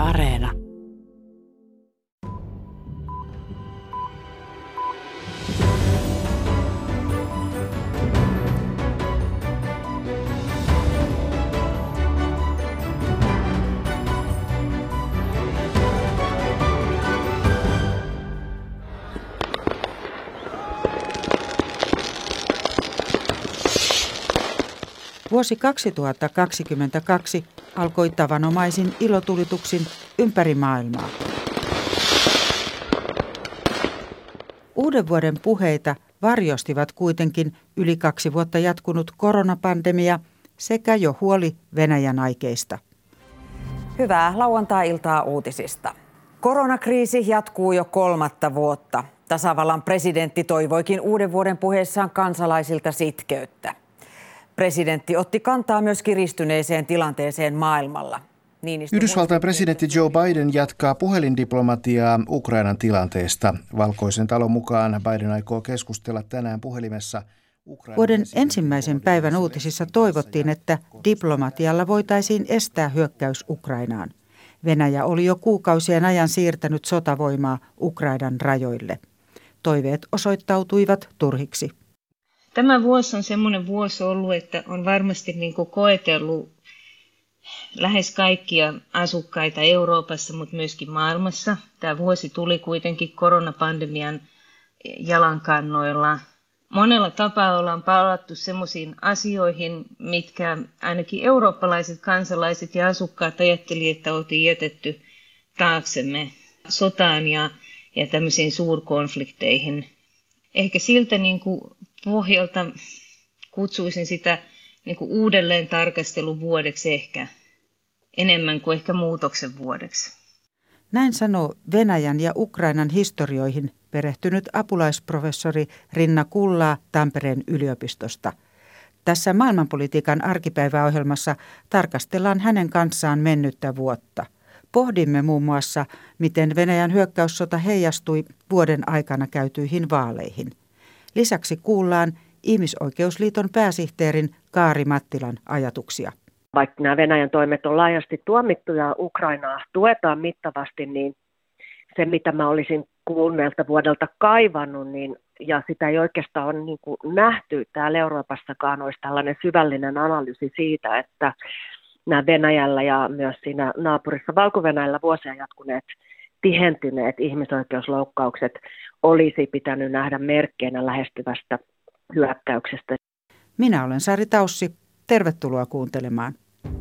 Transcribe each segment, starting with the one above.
Areena. Vuosi 2022 alkoi tavanomaisin ilotulituksin ympäri maailmaa. Uuden vuoden puheita varjostivat kuitenkin yli 2 vuotta jatkunut koronapandemia sekä jo huoli Venäjän aikeista. Hyvää lauantai-iltaa uutisista. Koronakriisi jatkuu jo 3. vuotta. Tasavallan presidentti toivoikin uuden vuoden puheessaan kansalaisilta sitkeyttä. Presidentti otti kantaa myös kiristyneeseen tilanteeseen maailmalla. Yhdysvaltain presidentti Joe Biden jatkaa puhelindiplomatiaa Ukrainan tilanteesta. Valkoisen talon mukaan Biden aikoo keskustella tänään puhelimessa vuoden ensimmäisen päivän uutisissa toivottiin, että diplomatialla voitaisiin estää hyökkäys Ukrainaan. Venäjä oli jo kuukausien ajan siirtänyt sotavoimaa Ukrainan rajoille. Toiveet osoittautuivat turhiksi. Tämä vuosi on semmoinen vuosi ollut, että on varmasti koetellut lähes kaikkia asukkaita Euroopassa, mutta myöskin maailmassa. Tämä vuosi tuli kuitenkin koronapandemian jalankannoilla. Monella tapaa ollaan palattu semmoisiin asioihin, mitkä ainakin eurooppalaiset kansalaiset ja asukkaat ajattelivat, että oltiin jätetty taaksemme sotaan ja tämmöisiin suurkonflikteihin. Ehkä siltä pohjalta kutsuisin sitä uudelleen tarkastelun vuodeksi ehkä enemmän kuin ehkä muutoksen vuodeksi. Näin sanoo Venäjän ja Ukrainan historioihin perehtynyt apulaisprofessori Rinna Kullaa Tampereen yliopistosta. Tässä maailmanpolitiikan arkipäiväohjelmassa tarkastellaan hänen kanssaan mennyttä vuotta. Pohdimme muun muassa, miten Venäjän hyökkäyssota heijastui vuoden aikana käytyihin vaaleihin. Lisäksi kuullaan Ihmisoikeusliiton pääsihteerin Kaari Mattilan ajatuksia. Vaikka nämä Venäjän toimet on laajasti tuomittu ja Ukrainaa tuetaan mittavasti, niin se mitä mä olisin kuluneelta vuodelta kaivannut, ja sitä ei oikeastaan ole nähty täällä Euroopassakaan, olisi tällainen syvällinen analyysi siitä, että nämä Venäjällä ja myös siinä naapurissa Valko-Venäjällä vuosia jatkuneet tihentyneet ihmisoikeusloukkaukset olisi pitänyt nähdä merkkeinä lähestyvästä hyökkäyksestä. Minä olen Sari Taussi. Tervetuloa kuuntelemaan.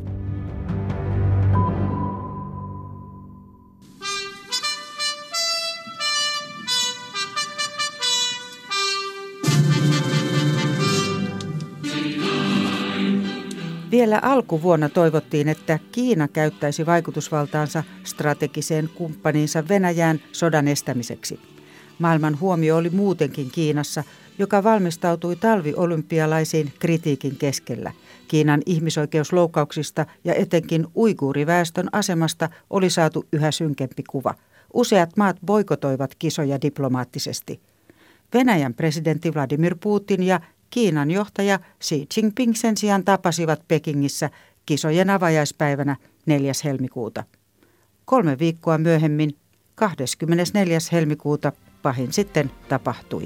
Vielä alkuvuonna toivottiin, että Kiina käyttäisi vaikutusvaltaansa strategiseen kumppaniinsa Venäjään sodan estämiseksi. Maailman huomio oli muutenkin Kiinassa, joka valmistautui talviolympialaisiin kritiikin keskellä. Kiinan ihmisoikeusloukkauksista ja etenkin uiguuriväestön asemasta oli saatu yhä synkempi kuva. Useat maat boikotoivat kisoja diplomaattisesti. Venäjän presidentti Vladimir Putin ja Kiinan johtaja Xi Jinping sen sijaan tapasivat Pekingissä kisojen avajaispäivänä 4. helmikuuta. 3 viikkoa myöhemmin, 24. helmikuuta, pahin sitten tapahtui.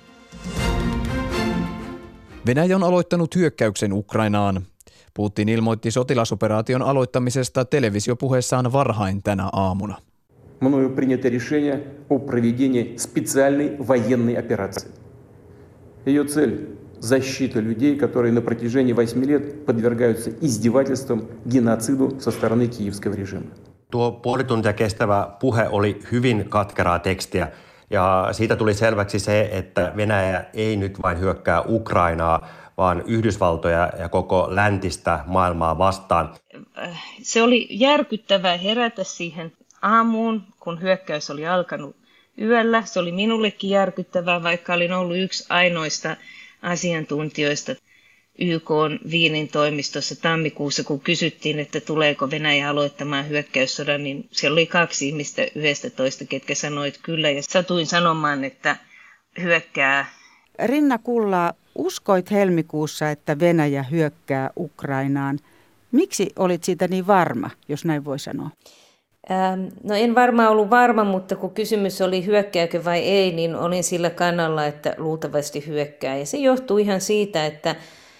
Venäjä on aloittanut hyökkäyksen Ukrainaan. Putin ilmoitti sotilasoperaation aloittamisesta televisiopuheessaan varhain tänä aamuna. Мною принято решение о проведении специальной военной операции. Ее цель – защита людей, которые на протяжении 8 лет подвергаются издевательствам, геноциду со стороны киевского режима. Tuo puoli tuntia kestävä puhe oli hyvin katkeraa tekstiä ja siitä tuli selväksi se, että Venäjä ei nyt vain hyökkää Ukrainaa, vaan Yhdysvaltoja ja koko läntistä maailmaa vastaan. Se oli järkyttävää herätä siihen aamuun, kun hyökkäys oli alkanut yöllä. Se oli minullekin järkyttävää, vaikka olin ollut yksi ainoista asiantuntijoista YK:n Wienin toimistossa tammikuussa, kun kysyttiin, että tuleeko Venäjä aloittamaan hyökkäyssodan, niin siellä oli 2 ihmistä 11, ketkä sanoivat että kyllä, ja satuin sanomaan, että hyökkää. Rinna Kullaa, uskoit helmikuussa, että Venäjä hyökkää Ukrainaan. Miksi olit siitä niin varma, jos näin voi sanoa? No en varmaan ollut varma, mutta kun kysymys oli hyökkääkö vai ei, niin olin sillä kannalla, että luultavasti hyökkää. Ja se johtuu ihan siitä, että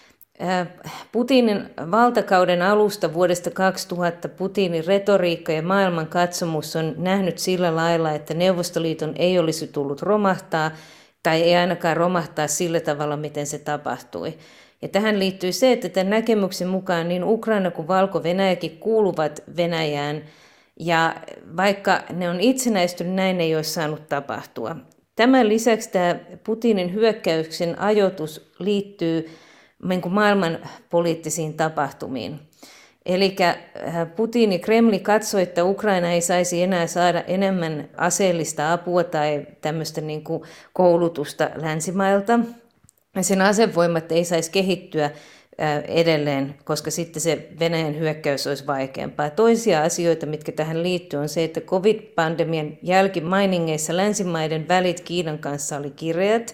Putinin valtakauden alusta vuodesta 2000 Putinin retoriikka ja maailmankatsomus on nähnyt sillä lailla, että Neuvostoliiton ei olisi tullut romahtaa tai ei ainakaan romahtaa sillä tavalla, miten se tapahtui. Ja tähän liittyy se, että tämän näkemyksen mukaan niin Ukraina kuin Valko-Venäjäkin kuuluvat Venäjään, ja vaikka ne on itsenäistynyt, näin ei olisi saanut tapahtua. Tämän lisäksi tämä Putinin hyökkäyksen ajoitus liittyy maailman poliittisiin tapahtumiin. Eli Putin ja Kremli katsoi, että Ukraina ei saisi enää saada enemmän aseellista apua tai tämmöistä niin kuin koulutusta länsimailta. Sen asevoimat ei saisi kehittyä edelleen, koska sitten se Venäjän hyökkäys olisi vaikeampaa. Toisia asioita, mitkä tähän liittyy, on se, että covid-pandemian jälkimainingeissa länsimaiden välit Kiinan kanssa oli kireät,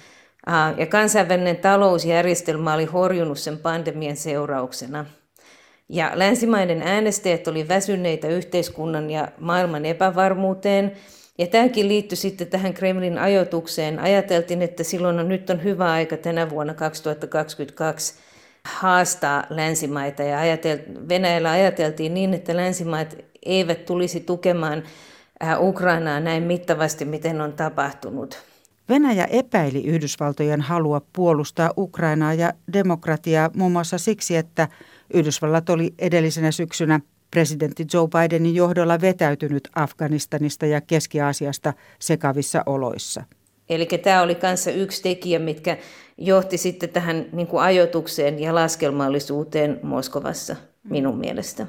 ja kansainvälinen talousjärjestelmä oli horjunut sen pandemian seurauksena. Ja länsimaiden äänestäjät oli väsyneitä yhteiskunnan ja maailman epävarmuuteen. Ja tämäkin liittyi sitten tähän Kremlin ajoitukseen. Ajateltiin, että silloin nyt on hyvä aika tänä vuonna 2022 haastaa länsimaita. Ja Venäjällä ajateltiin niin, että länsimaat eivät tulisi tukemaan Ukrainaa näin mittavasti, miten on tapahtunut. Venäjä epäili Yhdysvaltojen halua puolustaa Ukrainaa ja demokratiaa muun muassa siksi, että Yhdysvallat oli edellisenä syksynä presidentti Joe Bidenin johdolla vetäytynyt Afganistanista ja Keski-Aasiasta sekavissa oloissa. Eli tämä oli kanssa yksi tekijä, mitkä johti sitten tähän niin kuin ajoitukseen ja laskelmallisuuteen Moskovassa minun mielestä.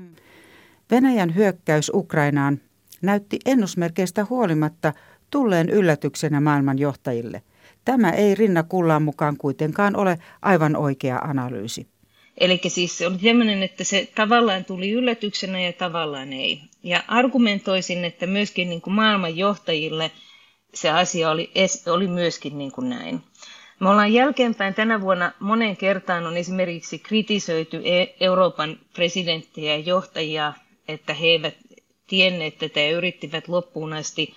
Venäjän hyökkäys Ukrainaan näytti ennusmerkeistä huolimatta tulleen yllätyksenä maailmanjohtajille. Tämä ei Rinna Kullaan mukaan kuitenkaan ole aivan oikea analyysi. Eli siis se oli sellainen, että se tavallaan tuli yllätyksenä ja tavallaan ei. Ja argumentoisin, että myöskin niin kuin maailmanjohtajille se asia oli myöskin niin kuin näin. Me ollaan jälkeenpäin tänä vuonna monen kertaan on esimerkiksi kritisoitu Euroopan presidenttejä ja johtajia, että he eivät tienneet tätä ja yrittivät loppuun asti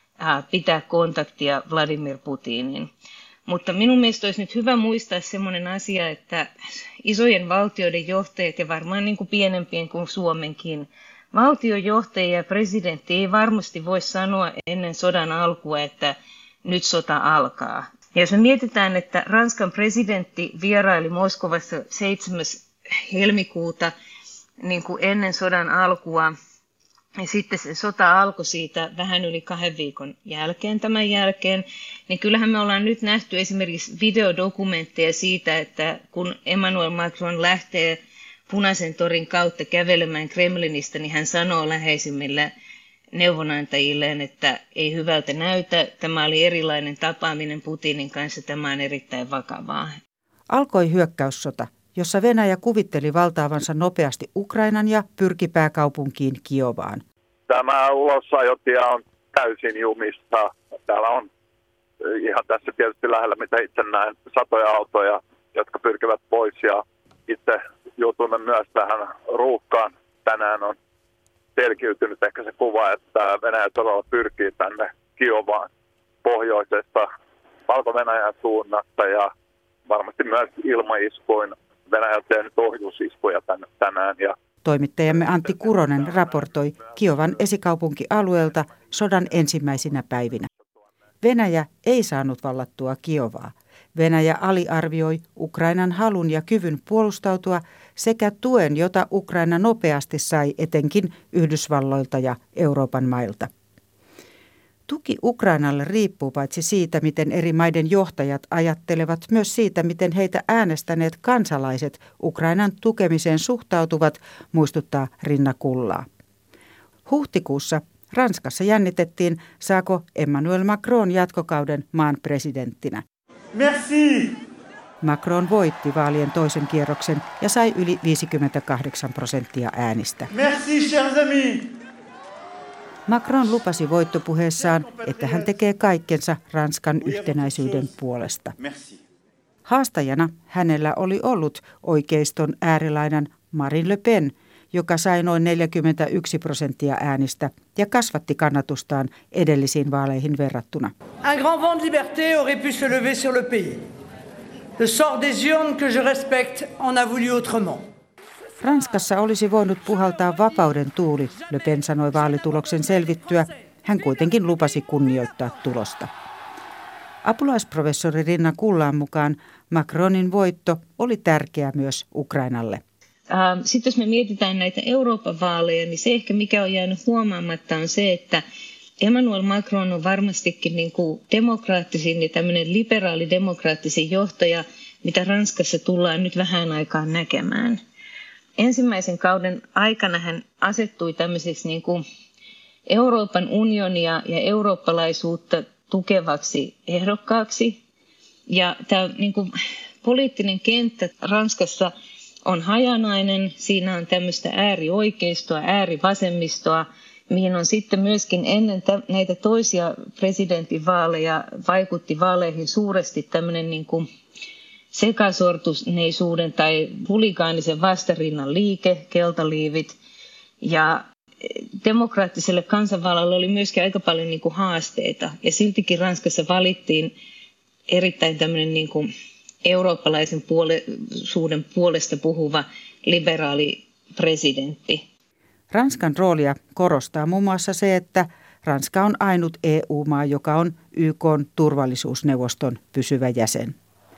pitää kontaktia Vladimir Putiniin. Mutta minun mielestä olisi nyt hyvä muistaa sellainen asia, että isojen valtioiden johtajat ja varmaan niin kuin pienempien kuin Suomenkin, valtiojohtaja ja presidentti ei varmasti voi sanoa ennen sodan alkua, että nyt sota alkaa. Ja jos me mietitään, että Ranskan presidentti vieraili Moskovassa 7. helmikuuta niin kuin ennen sodan alkua, ja sitten se sota alkoi siitä vähän yli 2 viikon jälkeen tämän jälkeen, niin kyllähän me ollaan nyt nähty esimerkiksi videodokumentteja siitä, että kun Emmanuel Macron lähtee Punaisen torin kautta kävelemään Kremlinistä, niin hän sanoo läheisimmille neuvonantajilleen, että ei hyvältä näytä, tämä oli erilainen tapaaminen Putinin kanssa, tämä on erittäin vakavaa. Alkoi hyökkäyssota, jossa Venäjä kuvitteli valtaavansa nopeasti Ukrainan ja pyrki pääkaupunkiin Kiovaan. Tämä ulosajotie on täysin jumissa. Täällä on ihan tässä tietysti lähellä, mitä itse näen, satoja autoja, jotka pyrkivät pois. Ja itse joutuimme myös tähän ruuhkaan. Tänään on selkiytynyt ehkä se kuva, että Venäjä todella pyrkii tänne Kiovaan pohjoisesta Valko-Venäjän suunnasta ja varmasti myös ilmaiskuin. Venäjä on tehnyt ohjusiskuja tänään. Toimittajamme Antti Kuronen raportoi Kiovan esikaupunkialueelta sodan ensimmäisinä päivinä. Venäjä ei saanut vallattua Kiovaa. Venäjä aliarvioi Ukrainan halun ja kyvyn puolustautua sekä tuen, jota Ukraina nopeasti sai etenkin Yhdysvalloilta ja Euroopan mailta. Tuki Ukrainalle riippuu paitsi siitä, miten eri maiden johtajat ajattelevat, myös siitä, miten heitä äänestäneet kansalaiset Ukrainan tukemiseen suhtautuvat, muistuttaa Rinna Kullaa. Huhtikuussa Ranskassa jännitettiin, saako Emmanuel Macron jatkokauden maan presidenttinä. Merci! Macron voitti vaalien toisen kierroksen ja sai yli 58% äänistä. Merci, chers amis! Macron lupasi voittopuheessaan, että hän tekee kaikkensa Ranskan yhtenäisyyden puolesta. Haastajana hänellä oli ollut oikeiston äärilaidan Marine Le Pen, joka sai noin 41% äänistä ja kasvatti kannatustaan edellisiin vaaleihin verrattuna. Un grand vent de liberté aurait pu se lever sur le pays. Le sort des urnes que je respecte en a voulu autrement. Ranskassa olisi voinut puhaltaa vapauden tuuli, Le Pen sanoi vaalituloksen selvittyä. Hän kuitenkin lupasi kunnioittaa tulosta. Apulaisprofessori Rinna Kullaan mukaan Macronin voitto oli tärkeä myös Ukrainalle. Sitten jos me mietitään näitä Euroopan vaaleja, niin se ehkä mikä on jäänyt huomaamatta on se, että Emmanuel Macron on varmastikin niin kuin demokraattisin ja tämmöinen liberaalidemokraattisin johtaja, mitä Ranskassa tullaan nyt vähän aikaan näkemään. Ensimmäisen kauden aikana hän asettui tämmöiseksi niin kuin Euroopan unionia ja eurooppalaisuutta tukevaksi ehdokkaaksi. Ja tämä niin kuin poliittinen kenttä Ranskassa on hajanainen. Siinä on tämmöistä äärioikeistoa, äärivasemmistoa, mihin on sitten myöskin ennen näitä toisia presidentinvaaleja vaikutti vaaleihin suuresti tämmöinen niin kuin sekasortuneisuuden tai huligaanisen vastarinnan liike, keltaliivit. Ja demokraattiselle kansanvallalle oli myöskin aika paljon niin kuin haasteita. Ja siltikin Ranskassa valittiin erittäin tämmöinen niin kuin eurooppalaisen puolisuuden puolesta puhuva liberaali presidentti. Ranskan roolia korostaa muun muassa se, että Ranska on ainut EU-maa, joka on YK:n turvallisuusneuvoston pysyvä jäsen.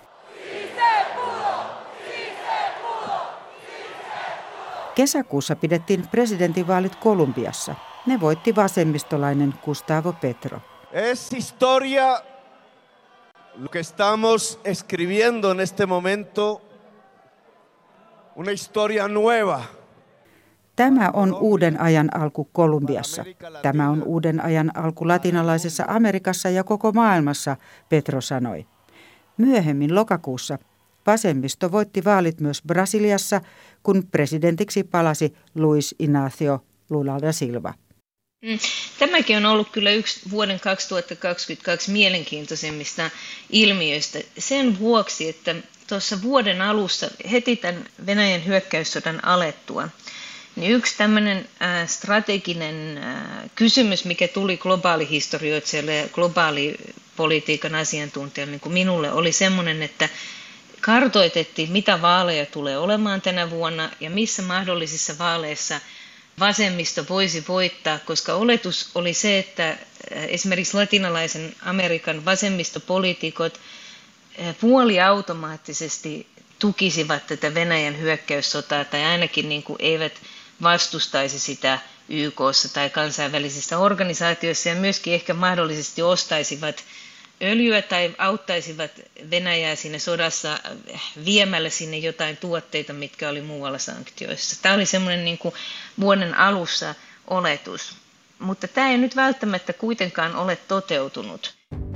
Kesäkuussa pidettiin presidentinvaalit Kolumbiassa. Ne voitti vasemmistolainen Gustavo Petro. Es historia lo que estamos escribiendo en este momento, una historia nueva. Tämä on uuden ajan alku Kolumbiassa. Tämä on uuden ajan alku latinalaisessa Amerikassa ja koko maailmassa, Petro sanoi. Myöhemmin lokakuussa vasemmisto voitti vaalit myös Brasiliassa, kun presidentiksi palasi Luis Inácio Lula da Silva. Tämäkin on ollut kyllä yksi vuoden 2022 mielenkiintoisimmista ilmiöistä sen vuoksi, että tuossa vuoden alussa heti tämän Venäjän hyökkäyssodan alettua, niin yksi tämmöinen strateginen kysymys, mikä tuli globaalihistorioitsijalle ja globaalipolitiikan asiantuntijalle, niin kuin minulle, oli semmoinen, että kartoitettiin, mitä vaaleja tulee olemaan tänä vuonna ja missä mahdollisissa vaaleissa vasemmisto voisi voittaa, koska oletus oli se, että esimerkiksi latinalaisen Amerikan vasemmistopoliitikot puoliautomaattisesti tukisivat tätä Venäjän hyökkäyssotaa tai ainakin niin kuin eivät vastustaisi sitä YK:ssa tai kansainvälisissä organisaatioissa ja myöskin ehkä mahdollisesti ostaisivat öljyä tai auttaisivat Venäjää siinä sodassa viemällä sinne jotain tuotteita, mitkä oli muualla sanktioissa. Tämä oli semmoinen niin kuin vuoden alussa oletus, mutta tämä ei nyt välttämättä kuitenkaan ole toteutunut.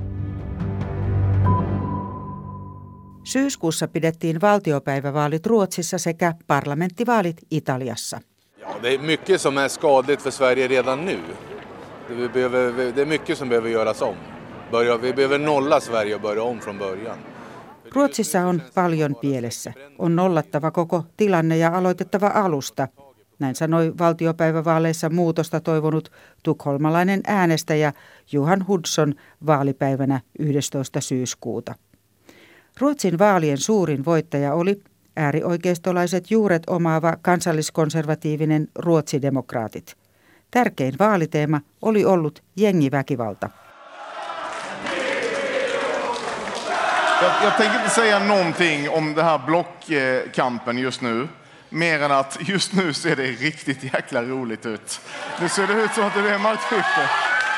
Syyskuussa pidettiin valtiopäivävaalit Ruotsissa sekä parlamenttivaalit Italiassa. Ja, det är mycket som är skadligt för Sverige redan nu. Det är mycket som behöver göras om. Vi behöver nolla Sverige och börja om från början. Ruotsissa on paljon pielessä. On nollattava koko tilanne ja aloitettava alusta. Näin sanoi valtiopäivävaaleissa muutosta toivonut tukholmalainen äänestäjä Johan Hudson vaalipäivänä 11. syyskuuta. Ruotsin vaalien suurin voittaja oli äärioikeistolaiset juuret omaava kansalliskonservatiivinen ruotsidemokraatit. Tärkein vaaliteema oli ollut jengiväkivalta. Jag tänker inte säga någonting om det här blockkampen just nu. Mer än att just nu ser det riktigt jäkla roligt ut. Nu ser det ut som att det är maktskifte.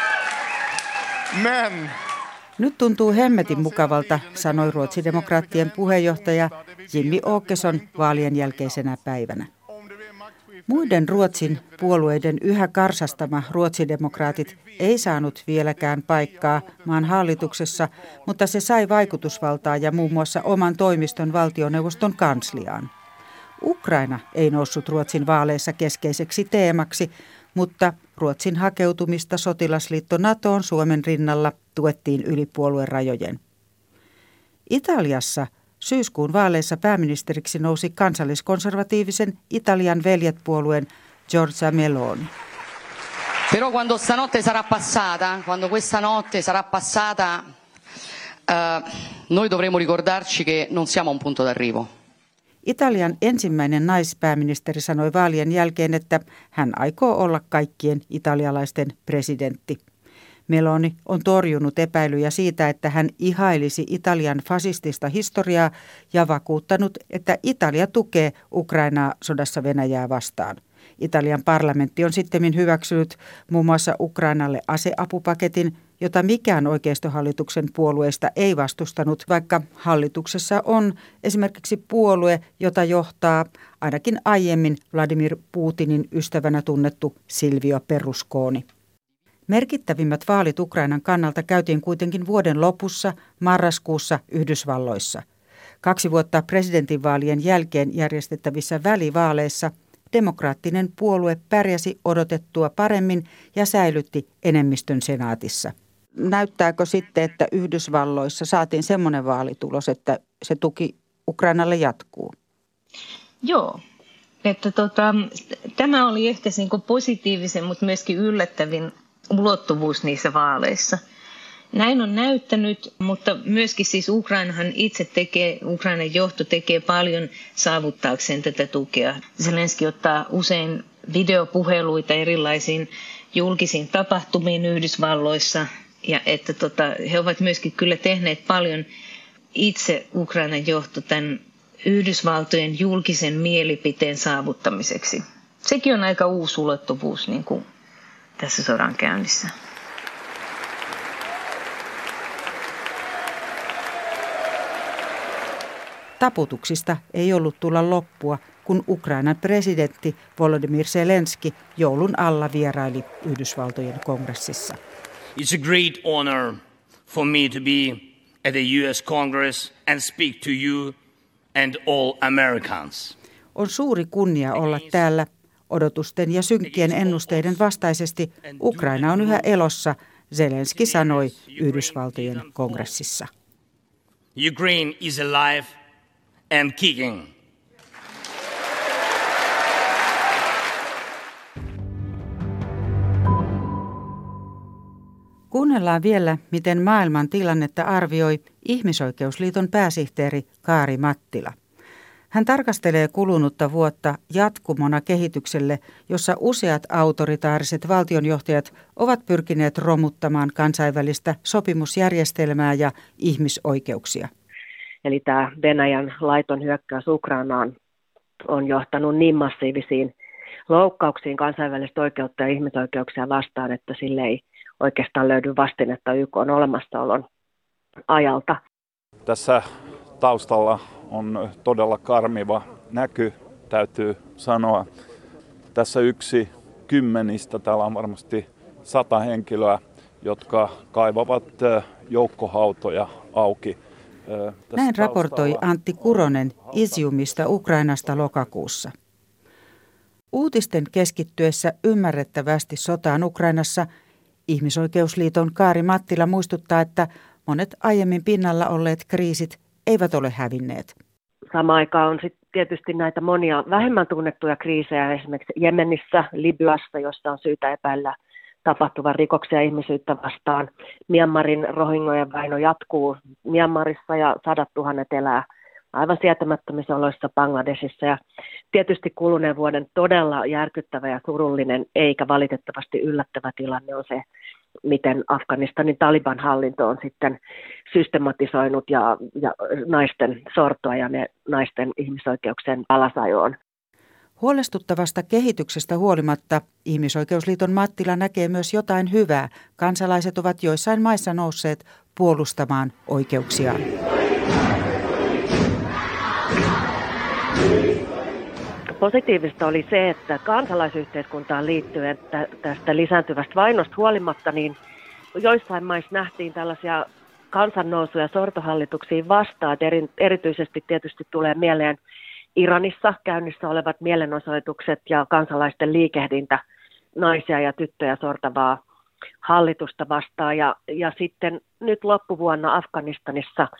Men nyt tuntuu hemmetin mukavalta, sanoi ruotsidemokraattien puheenjohtaja Jimmy Åkesson vaalien jälkeisenä päivänä. Muiden Ruotsin puolueiden yhä karsastama ruotsidemokraatit ei saanut vieläkään paikkaa maan hallituksessa, mutta se sai vaikutusvaltaa ja muun muassa oman toimiston valtioneuvoston kansliaan. Ukraina ei noussut Ruotsin vaaleissa keskeiseksi teemaksi, mutta Ruotsin hakeutumista sotilasliitto NATOon Suomen rinnalla tuettiin yli puoluerajojen. Italiassa Syyskuun vaaleissa pääministeriksi nousi kansalliskonservatiivisen Italian veljet-puolueen Giorgia Meloni. Però quando stanotte sarà passata, quando questa notte sarà passata, noi dovremo ricordarci che non siamo a un punto d'arrivo. Italian ensimmäinen naispääministeri sanoi vaalien jälkeen, että hän aikoo olla kaikkien italialaisten presidentti. Meloni on torjunut epäilyjä siitä, että hän ihailisi Italian fasistista historiaa ja vakuuttanut, että Italia tukee Ukrainaa sodassa Venäjää vastaan. Italian parlamentti on sittemmin hyväksynyt muun muassa Ukrainalle aseapupaketin, jota mikään oikeistohallituksen puolueista ei vastustanut, vaikka hallituksessa on esimerkiksi puolue, jota johtaa ainakin aiemmin Vladimir Putinin ystävänä tunnettu Silvio Berlusconi. Merkittävimmät vaalit Ukrainan kannalta käytiin kuitenkin vuoden lopussa, marraskuussa Yhdysvalloissa. 2 vuotta presidentinvaalien jälkeen järjestettävissä välivaaleissa demokraattinen puolue pärjäsi odotettua paremmin ja säilytti enemmistön senaatissa. Näyttääkö sitten, että Yhdysvalloissa saatiin semmoinen vaalitulos, että se tuki Ukrainalle jatkuu? Joo. Että tämä oli ehkä positiivisen, mutta myöskin yllättävin ulottuvuus niissä vaaleissa. Näin on näyttänyt, mutta myöskin siis Ukrainan johto tekee paljon saavuttaakseen tätä tukea. Zelenski ottaa usein videopuheluita erilaisiin julkisiin tapahtumiin Yhdysvalloissa ja että he ovat myöskin kyllä tehneet paljon itse Ukrainan johto tämän Yhdysvaltojen julkisen mielipiteen saavuttamiseksi. Sekin on aika uusi ulottuvuus niin kuin tässä sodankäynnissä. Taputuksista ei ollut tulla loppua, kun Ukrainan presidentti Volodymyr Zelenski joulun alla vieraili Yhdysvaltojen kongressissa. It's a great honor for me to be at the US Congress and speak to you and all Americans. On suuri kunnia olla täällä. Odotusten ja synkkien ennusteiden vastaisesti Ukraina on yhä elossa, Zelenski sanoi Yhdysvaltojen kongressissa. Ukraine is alive and kicking. Kuunnellaan vielä, miten maailman tilannetta arvioi Ihmisoikeusliiton pääsihteeri Kaari Mattila. Hän tarkastelee kulunutta vuotta jatkumona kehitykselle, jossa useat autoritaariset valtionjohtajat ovat pyrkineet romuttamaan kansainvälistä sopimusjärjestelmää ja ihmisoikeuksia. Eli tämä Venäjän laiton hyökkäys Ukrainaan on johtanut niin massiivisiin loukkauksiin kansainvälistä oikeutta ja ihmisoikeuksia vastaan, että sille ei oikeastaan löydy vastinetta YK:n olemassaolon ajalta. Tässä taustalla on todella karmiva näky, täytyy sanoa. Tässä yksi kymmenistä, täällä on varmasti 100 henkilöä, jotka kaivavat joukkohautoja auki. Näin raportoi Antti Kuronen Iziumista Ukrainasta lokakuussa. Uutisten keskittyessä ymmärrettävästi sotaan Ukrainassa Ihmisoikeusliiton Kaari Mattila muistuttaa, että monet aiemmin pinnalla olleet kriisit eivät ole hävinneet. Samaan aikaan on sitten tietysti näitä monia vähemmän tunnettuja kriisejä, esimerkiksi Jemenissä, Libyassa, jossa on syytä epäillä tapahtuvan rikoksia ihmisyyttä vastaan. Myanmarin rohingojen vaino jatkuu Myanmarissa ja 100 000 elää aivan sietämättömissä oloissa Bangladesissa. Ja tietysti kuluneen vuoden todella järkyttävä ja surullinen eikä valitettavasti yllättävä tilanne on se, miten Afganistanin Taliban-hallinto on sitten systematisoinut ja naisten sortoa ja ne naisten ihmisoikeuksien alasajoon. Huolestuttavasta kehityksestä huolimatta Ihmisoikeusliiton Mattila näkee myös jotain hyvää. Kansalaiset ovat joissain maissa nousseet puolustamaan oikeuksiaan. Positiivista oli se, että kansalaisyhteiskuntaan liittyen tästä lisääntyvästä vainosta huolimatta, niin joissain maissa nähtiin tällaisia kansannousuja sortohallituksiin vastaan. Että erityisesti tietysti tulee mieleen Iranissa käynnissä olevat mielenosoitukset ja kansalaisten liikehdintä naisia ja tyttöjä sortavaa hallitusta vastaan. Ja sitten nyt loppuvuonna Afganistanissa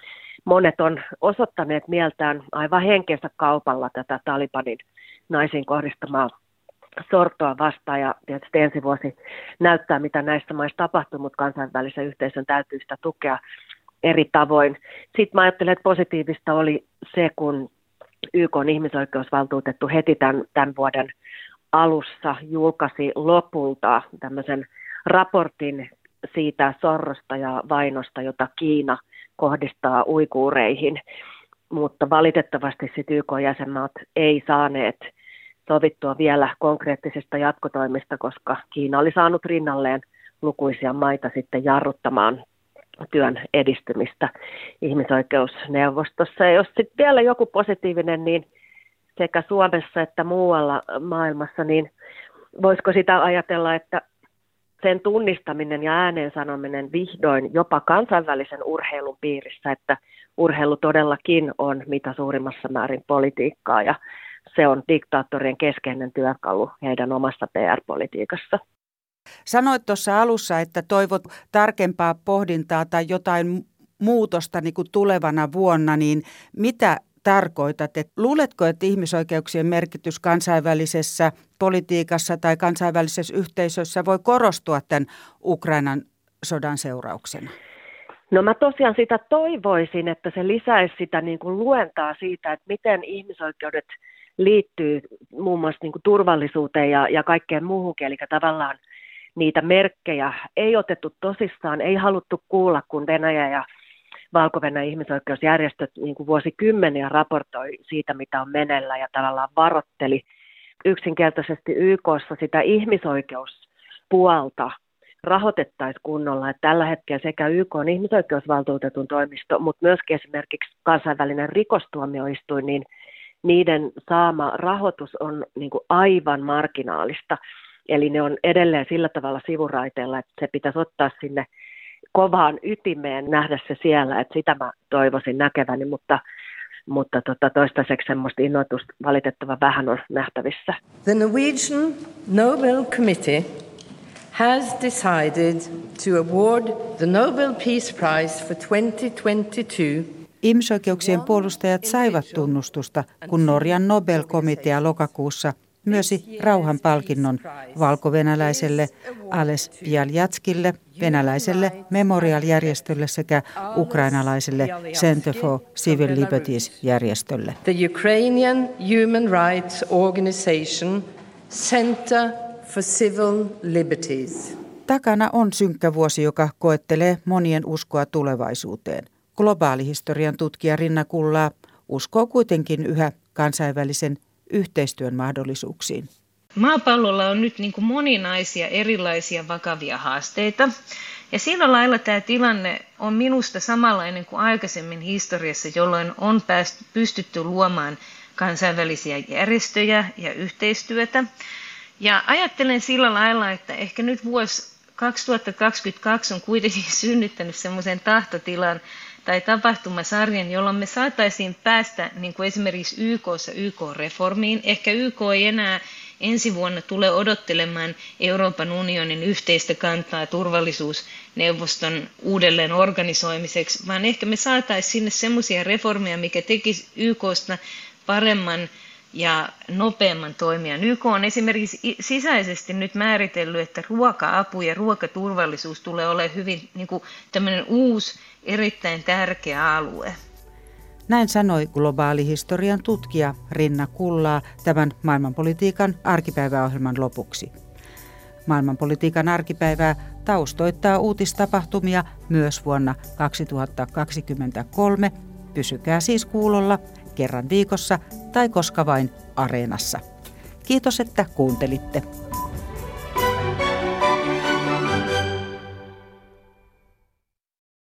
monet on osoittaneet mieltään aivan henkensä kaupalla tätä Talibanin naisiin kohdistamaa sortoa vastaan. Ja tietysti ensi vuosi näyttää, mitä näissä maissa tapahtuu, mutta kansainvälisen yhteisön täytyy sitä tukea eri tavoin. Sitten mä ajattelen, että positiivista oli se, kun YK:n ihmisoikeusvaltuutettu heti tämän vuoden alussa julkaisi lopulta tämmöisen raportin siitä sorrosta ja vainosta, jota Kiina kohdistaa uiguureihin, mutta valitettavasti sitten YK-jäsenmaat ei saaneet sovittua vielä konkreettisista jatkotoimista, koska Kiina oli saanut rinnalleen lukuisia maita sitten jarruttamaan työn edistymistä ihmisoikeusneuvostossa. Ja jos sitten vielä joku positiivinen, niin sekä Suomessa että muualla maailmassa, niin voisiko sitä ajatella, että sen tunnistaminen ja ääneen sanominen vihdoin jopa kansainvälisen urheilun piirissä, että urheilu todellakin on mitä suurimmassa määrin politiikkaa ja se on diktaattorien keskeinen työkalu heidän omassa PR-politiikassa. Sanoit tuossa alussa, että toivot tarkempaa pohdintaa tai jotain muutosta niin kuin tulevana vuonna, niin mitä tarkoitat? Et luuletko, että ihmisoikeuksien merkitys kansainvälisessä politiikassa tai kansainvälisessä yhteisössä voi korostua tämän Ukrainan sodan seurauksena? No mä tosiaan sitä toivoisin, että se lisäisi sitä niin kuin luentaa siitä, että miten ihmisoikeudet liittyy muun muassa niin kuin turvallisuuteen ja kaikkeen muuhunkin, eli tavallaan niitä merkkejä ei otettu tosissaan, ei haluttu kuulla, kun Venäjä ja Valko-Venäjän ihmisoikeusjärjestöt niin kuin vuosikymmeniä raportoi siitä, mitä on meneillään ja tavallaan varoitteli yksinkertaisesti YK:ssa sitä ihmisoikeuspuolta rahoitettaisiin kunnolla. Että tällä hetkellä sekä YK:n ihmisoikeusvaltuutetun toimisto, mutta myöskin esimerkiksi kansainvälinen rikostuomioistuin, niin niiden saama rahoitus on niin kuin aivan marginaalista. Eli ne on edelleen sillä tavalla sivuraiteella, että se pitäisi ottaa sinne kovaan ytimeen, nähdä se siellä, että sitä mä toivoisin näkeväni, mutta toistaiseksi semmoista innoitusta valitettavan vähän on nähtävissä. The Norwegian Nobel Committee has decided to award the Nobel Peace Prize for 2022. Ihmisoikeuksien puolustajat saivat tunnustusta, kun Norjan Nobel-komitea lokakuussa myönsi rauhanpalkinnon valko-venäläiselle Ales Bialjatskille, venäläiselle Memorial-järjestölle sekä ukrainalaiselle Center for Civil Liberties-järjestölle. The Ukrainian Human Rights Organization Center for Civil Liberties. Takana on synkkä vuosi, joka koettelee monien uskoa tulevaisuuteen. Globaalihistorian tutkija Rinna Kullaa uskoo kuitenkin yhä kansainvälisen yhteistyön mahdollisuuksiin. Maapallolla on nyt niin kuin moninaisia erilaisia vakavia haasteita. Ja sillä lailla tämä tilanne on minusta samanlainen kuin aikaisemmin historiassa, jolloin on pystytty luomaan kansainvälisiä järjestöjä ja yhteistyötä. Ja ajattelen sillä lailla, että ehkä nyt vuosi 2022 on kuitenkin synnyttänyt semmoisen tahtotilan tai tapahtumasarjan, jolloin me saataisiin päästä niin kuin esimerkiksi YK:ssa YK-reformiin. Ehkä YK ei enää ensi vuonna tule odottelemaan Euroopan unionin yhteistä kantaa turvallisuusneuvoston uudelleen organisoimiseksi, vaan ehkä me saataisiin sinne semmoisia reformeja, mikä tekisi YK:sta paremman ja nopeamman toimijan. YK on esimerkiksi sisäisesti nyt määritellyt, että ruoka-apu ja ruokaturvallisuus tulee olemaan hyvin niin kuin tämmöinen uusi, erittäin tärkeä alue. Näin sanoi globaalihistorian tutkija Rinna Kullaa tämän maailmanpolitiikan arkipäiväohjelman lopuksi. Maailmanpolitiikan arkipäivää taustoittaa uutistapahtumia myös vuonna 2023. Pysykää siis kuulolla kerran viikossa tai koska vain Areenassa. Kiitos, että kuuntelitte.